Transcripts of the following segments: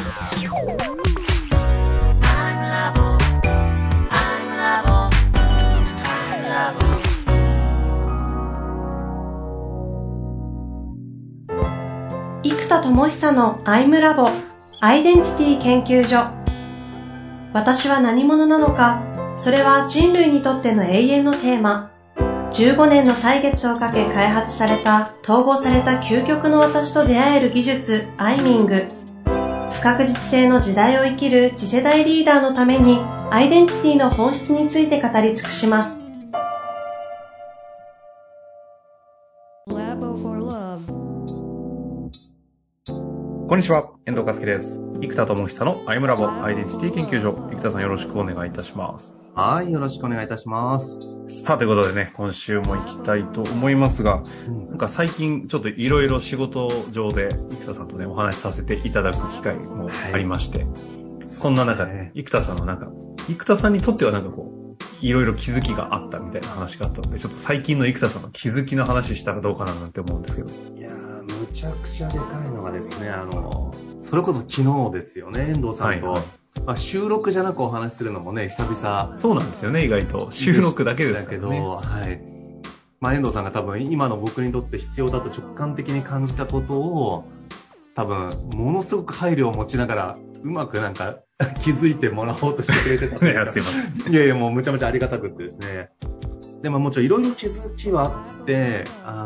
生田智久のアイムラボアイデンティティ研究所。私は何者なのか、それは人類にとっての永遠のテーマ。15年の歳月をかけ開発された統合された究極の私と出会える技術アイミング。不確実性の時代を生きる次世代リーダーのためにアイデンティティの本質について語り尽くします。 こんにちは、遠藤和樹です。生田智久のアイムラボアイデンティティ研究所。生田さんよろしくお願いいたします。 はい、よろしくお願いいたします。 さあ、ということでね、今週も行きたいと思いますが、なんか最近ちょっといろいろ仕事上で生田さんとね、お話しさせていただく機会もありまして、そんな中で、生田さんの生田さんにとってはいろいろ気づきがあったみたいな話があったので、ちょっと最近の生田さんの気づきの話したらどうかななんて思うんですけど。 いやー、むちゃくちゃでかいのがですね、それこそ昨日ですよね、遠藤さんと。はいはい、収録じゃなくお話しするのもね、久々。 そうなんですよね、意外と。収録だけですからね。 だけど、はい。遠藤さんが多分今の僕にとって必要だと直感的に感じたことを、多分、ものすごく配慮を持ちながら、うまく気づいてもらおうとしてくれてたというか。 いや、すいません。 いやいや、もうむちゃむちゃありがたくってですね。でももちろんいろいろ気づきはあって、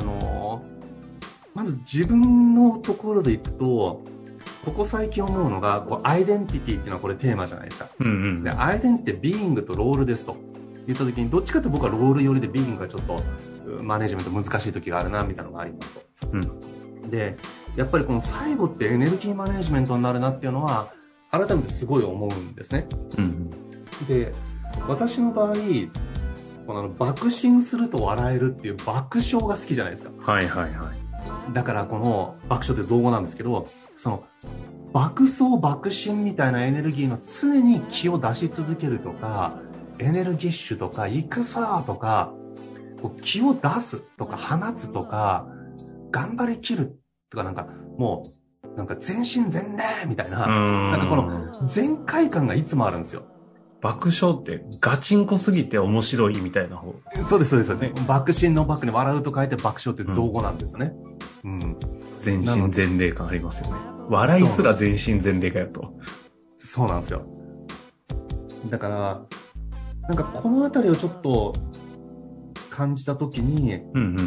まず自分のところでいくと、ここ最近思うのが、アイデンティティっていうのはこれテーマじゃないですか。 うんうん、 でアイデンティティ、ビーイングとロールですと言った時に、どっちかって僕はロール寄りでビーイングがちょっとマネジメント難しい時があるな、みたいなのがありますと。うん、で、やっぱりこの最後ってエネルギーマネジメントになるなっていうのは、改めてすごい思うんですね。うんうん、で、私の場合、爆心すると笑えるっていう爆笑が好きじゃないですか。 はいはいはい。 だからこの爆笑って造語なんですけど、その爆走爆心みたいなエネルギーの常に気を出し続けるとか、エネルギッシュとか行くさーとか、気を出すとか放つとか、頑張りきるとかもう全身全霊みたいな、この全開感がいつもあるんですよ。 爆笑ってガチンコすぎて面白いみたいな方。 そうですそうです、ね、爆心の爆に笑うと書いて爆笑って造語なんですね。 全身全霊感ありますよね。笑いすら全身全霊かよと。 そうなんですよ。だからこのあたりをちょっと感じたときに、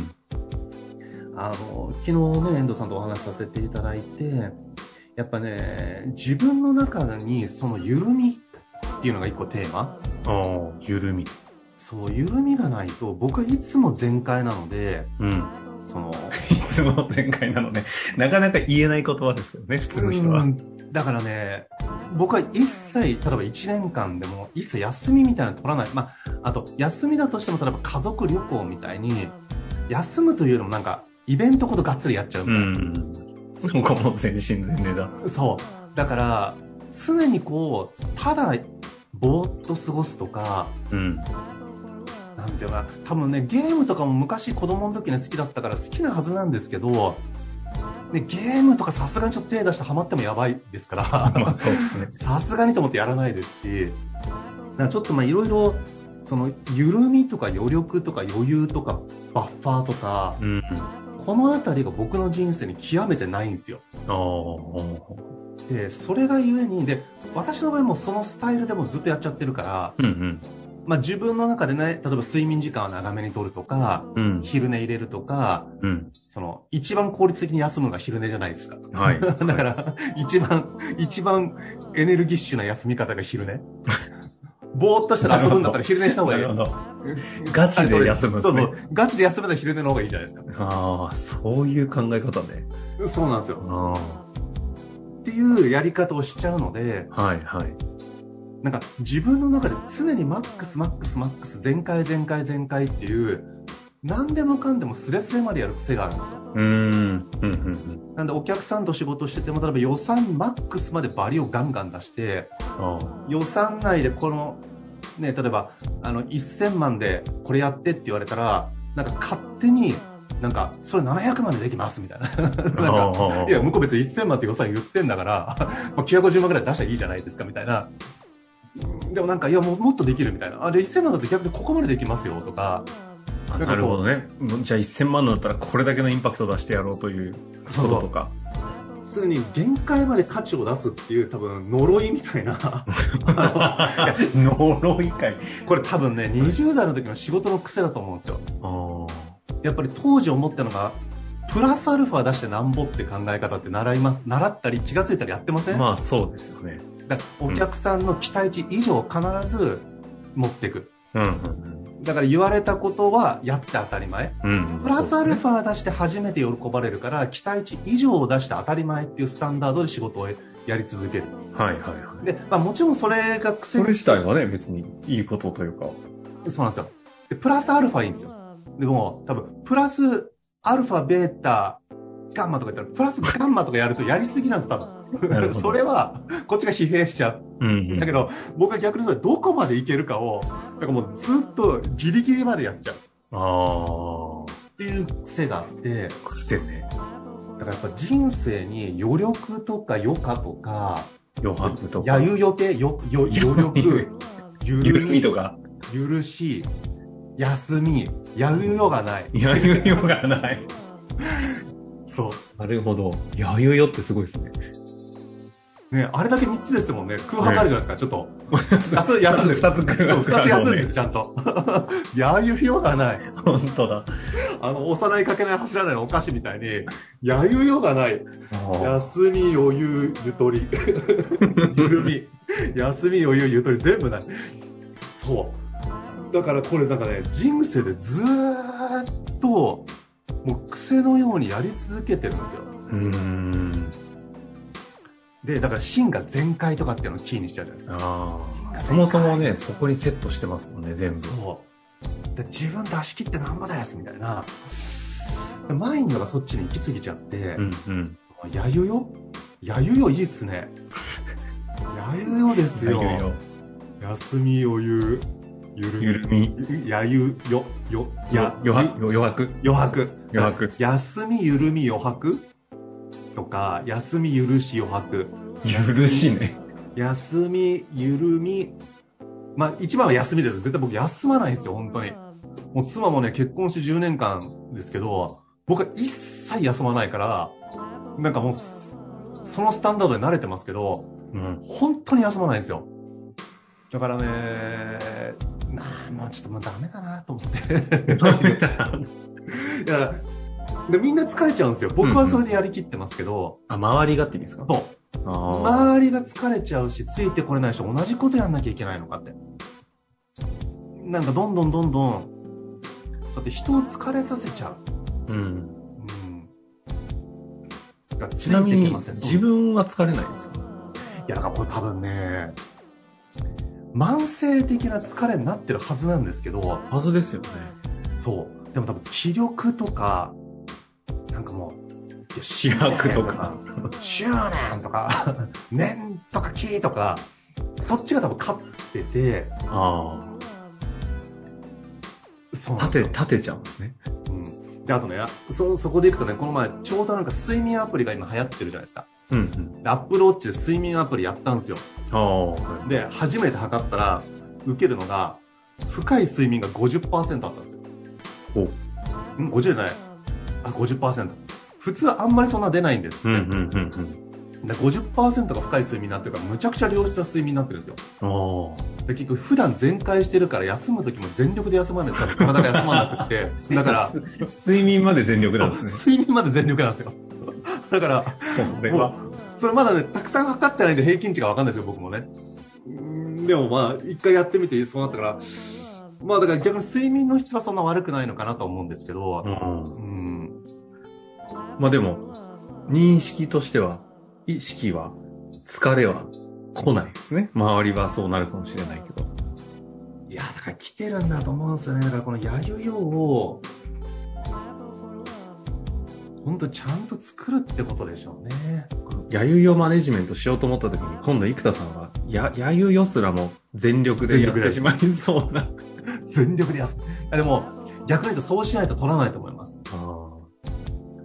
昨日ね、遠藤さんとお話しさせていただいて、やっぱね、自分の中にその緩みっていうのが一個テーマ。 緩み。 そう、緩みがないと僕はいつも全開なので、 いつも全開なのね。なかなか言えない言葉ですけどね、普通の人は。 だからね、僕は一切、例えば1年間でも一切休みみたいなの取らない。あと、休みだとしても、例えば家族旅行みたいに、休むというよりもイベントほどがっつりやっちゃうみたいな。 そこも全身全霊だ。 そう。だから、常にただ、ぼーっと過ごすとか、なんていうか、多分ね、ゲームとかも昔子供の時に好きだったから好きなはずなんですけど、ゲームとかさすがにちょっと手出してハマってもやばいですから、 そうですね。 さすがにと思ってやらないですし、ちょっといろいろ、緩みとか余力とか余裕とかバッファーとか、このあたりが僕の人生に極めてないんですよ。で、それがゆえに、で、私の場合もそのスタイルでもずっとやっちゃってるから、自分の中でね、例えば睡眠時間は長めにとるとか、昼寝入れるとか、一番効率的に休むのが昼寝じゃないですか。 はい。 だから、一番エネルギッシュな休み方が昼寝。ぼーっとしたら遊ぶんだったら昼寝した方がいい。 ガチで休むんですね。 そう。ガチで休めたら昼寝の方がいいじゃないですか。そういう考え方ね。 そうなんですよ。っていうやり方をしちゃうので、 はいはい。 自分の中で常にマックスマックスマックス全開全開全開っていう何でもかんでもスレスレまでやる癖があるんですよ。なんでお客さんと仕事してても例えば予算マックスまでバリをガンガン出して予算内でこのね例えば1000万でこれやってって言われたら勝手になんか、それ700万でできますみたいな。なんか、いや、向こう別に1000万って予算言ってんだから、まあ、950万ぐらい出したらいいじゃないですかみたいな。でもなんか、いや、もっとできるみたいな。あ、じゃあ1000万だと逆にここまでできますよとか。 なるほどね。じゃあ1000万のだったらこれだけのインパクト出してやろうということとか。 普通に限界まで価値を出すっていう多分呪いみたいな呪いかい。 これ多分ね20代の時の仕事の癖だと思うんですよ。やっぱり当時思ったのがプラスアルファ出してなんぼって考え方って習ったり気がついたりやってません？ まあそうですよね。 だからお客さんの期待値以上必ず持っていく、だから言われたことはやって当たり前、プラスアルファ出して初めて喜ばれるから、期待値以上を出して当たり前っていうスタンダードで仕事をやり続ける。で、まあもちろんそれが癖。 それ自体はね、別にいいことというか。 そうなんですよ。で、プラスアルファいいんですよ。でも、多分、プラスアルファ、ベータ、ガンマとか言ったら、プラスガンマとかやるとやりすぎなんです、多分。それは、こっちが疲弊しちゃう。だけど、僕は逆にそれどこまでいけるかを、なんかもうずっとギリギリまでやっちゃう。っていう癖があって。 癖ね。 だからやっぱ人生に余力とか余暇とか、 余白とか。 余裕余計、余力、 緩みとか。 許し、休み、余裕よがない。 余裕よがない。 そう。 なるほど。余裕よってすごいですね。 ね、あれだけ3つですもんね。空白あるじゃないですか、ちょっと。 休んで2つ 2つ休んでる、ちゃんと。余裕よがない。 本当だ。 押さないかけない走らないのお菓子みたいに、余裕よがない。休み、余裕、ゆとり。緩み。休み、余裕、ゆとり、全部ない。そう。だからこれなんかね、人生でずーっと、もう癖のようにやり続けてるんですよ。で、だから芯が全開とかっていうのをキーにしちゃうじゃないですか。 そもそもね、そこにセットしてますもんね、全部。 そう。で自分出し切ってなんぼだやすみたいな。マインドがそっちに行き過ぎちゃって、やゆよいいっすね。やゆよですよ。休み余裕。 緩み。 やゆよ、 余白。 休み、緩み、余白とか、休み、許し、余白。 許しね。 休み、緩み。まあ、一番は休みです。絶対僕休まないんですよ、本当に。もう妻もね、結婚して10年間ですけど、僕は一切休まないから、なんかもう、そのスタンダードで慣れてますけど、本当に休まないんですよ。だからね、もうちょっともうダメだなと思って。ダメだな。いや、でみんな疲れちゃうんですよ。僕はそれでやりきってますけど。 周りがって意味ですか？ そう。周りが疲れちゃうし、ついてこれないし、同じことやんなきゃいけないのかって。なんかどんどん、そうやって人を疲れさせちゃう。 ちなみに、自分は疲れないんですか？ いや、だからこれ多分ね、慢性的な疲れになってるはずなんですけど。 はずですよね。 そう。でも多分気力とか、なんかもう、 主役とか、 執念とか、念とか気とか、そっちが多分勝ってて、 そう立てちゃうんですね。 で、あとね、そこでいくとね、この前、ちょうどなんか睡眠アプリが今流行ってるじゃないですか。アップルウォッチで睡眠アプリやったんですよ。で、初めて測ったら、受けるのが、深い睡眠が 50% あったんですよ。50じゃない。50%。普通はあんまりそんな出ないんです。50% が深い睡眠になってるから、むちゃくちゃ良質な睡眠になってるんですよ。で結局、普段全開してるから、休む時も全力で休まないと体が休まなくて。だから、 睡眠まで全力なんですね。 睡眠まで全力なんですよ。だから、それまだね、たくさん測ってないんで平均値がわかんないですよ、僕もね。でもまあ、一回やってみてそうなったから、まあだから逆に睡眠の質はそんな悪くないのかなと思うんですけど、 まあでも、認識としては、意識は、疲れは来ないですね。周りはそうなるかもしれないけど。 いや、だから来てるんだと思うんですよね。だからこのやゆよを、本当ちゃんと作るってことでしょうね。 やゆよマネジメントしようと思った時に、今度生田さんは、やゆよすらも全力でやってしまいそうな。 全力で休む。でも、逆に言うとそうしないと取らないと思います。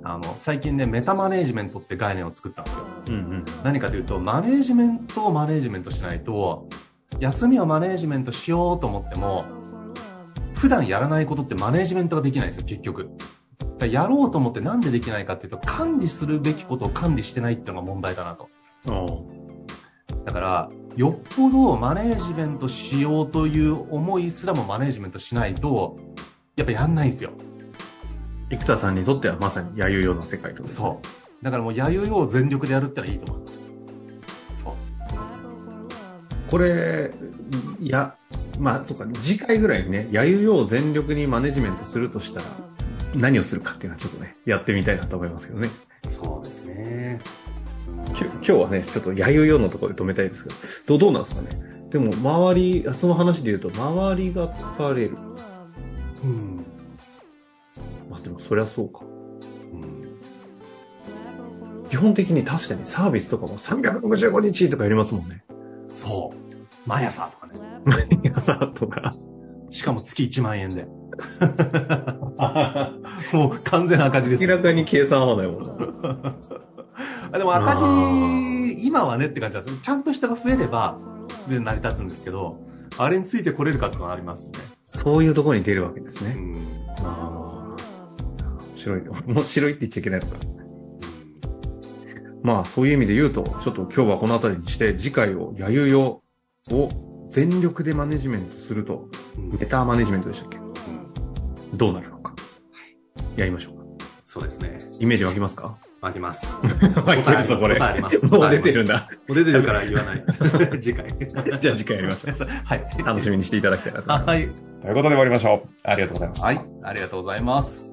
最近ね、メタマネージメントって概念を作ったんですよ。 うんうん。 何かというと、マネージメントをマネージメントしないと、休みをマネージメントしようと思っても、普段やらないことってマネージメントができないんですよ、結局。だからやろうと思ってなんでできないかっていうと、管理するべきことを管理してないっていうのが問題だなと。だから、よっぽどマネージメントしようという思いすらもマネージメントしないと、やっぱやんないんですよ。 生田さんにとってはまさにやゆような世界とですね。 そう。だからもうやゆよを全力でやるってのはいいと思います。そう。 これ、いや、まあ、そうか、次回ぐらいにね、やゆよを全力にマネジメントするとしたら、何をするかっていうのはちょっとね、やってみたいなと思いますけどね。 そうですね。 今日はね、ちょっとやゆよのところで止めたいですけど、どうなんですかね。でも、周り、その話で言うと、周りが疲れる。 うん。 まあ、でもそりゃそうか。基本的に確かにサービスとかも365日とかやりますもんね。 そう。毎朝とかね。 毎朝とか。 しかも月1万円で。もう完全赤字です。 明らかに計算合わないもんな。 でも赤字、今はねって感じなんです。ちゃんと人が増えれば、全然成り立つんですけど、あれについてこれるかっていうのはありますね。 そういうところに出るわけですね。 面白い。面白いって言っちゃいけないのか。まあ、そういう意味で言うと、ちょっと今日はこの辺りにして、次回をやゆよを全力でマネジメントすると、メタマネジメントでしたっけ、どうなるのか。やりましょうか。 そうですね。 イメージ湧きますか？ 湧きます。 湧いてるぞ、これ。 あります。 もう出てるんだ。 もう出てるから言わない。次回。 じゃあ次回やりましょう。 はい。 楽しみにしていただきたいなと思います。 はい。 ということで終わりましょう。ありがとうございました。 はい。ありがとうございます。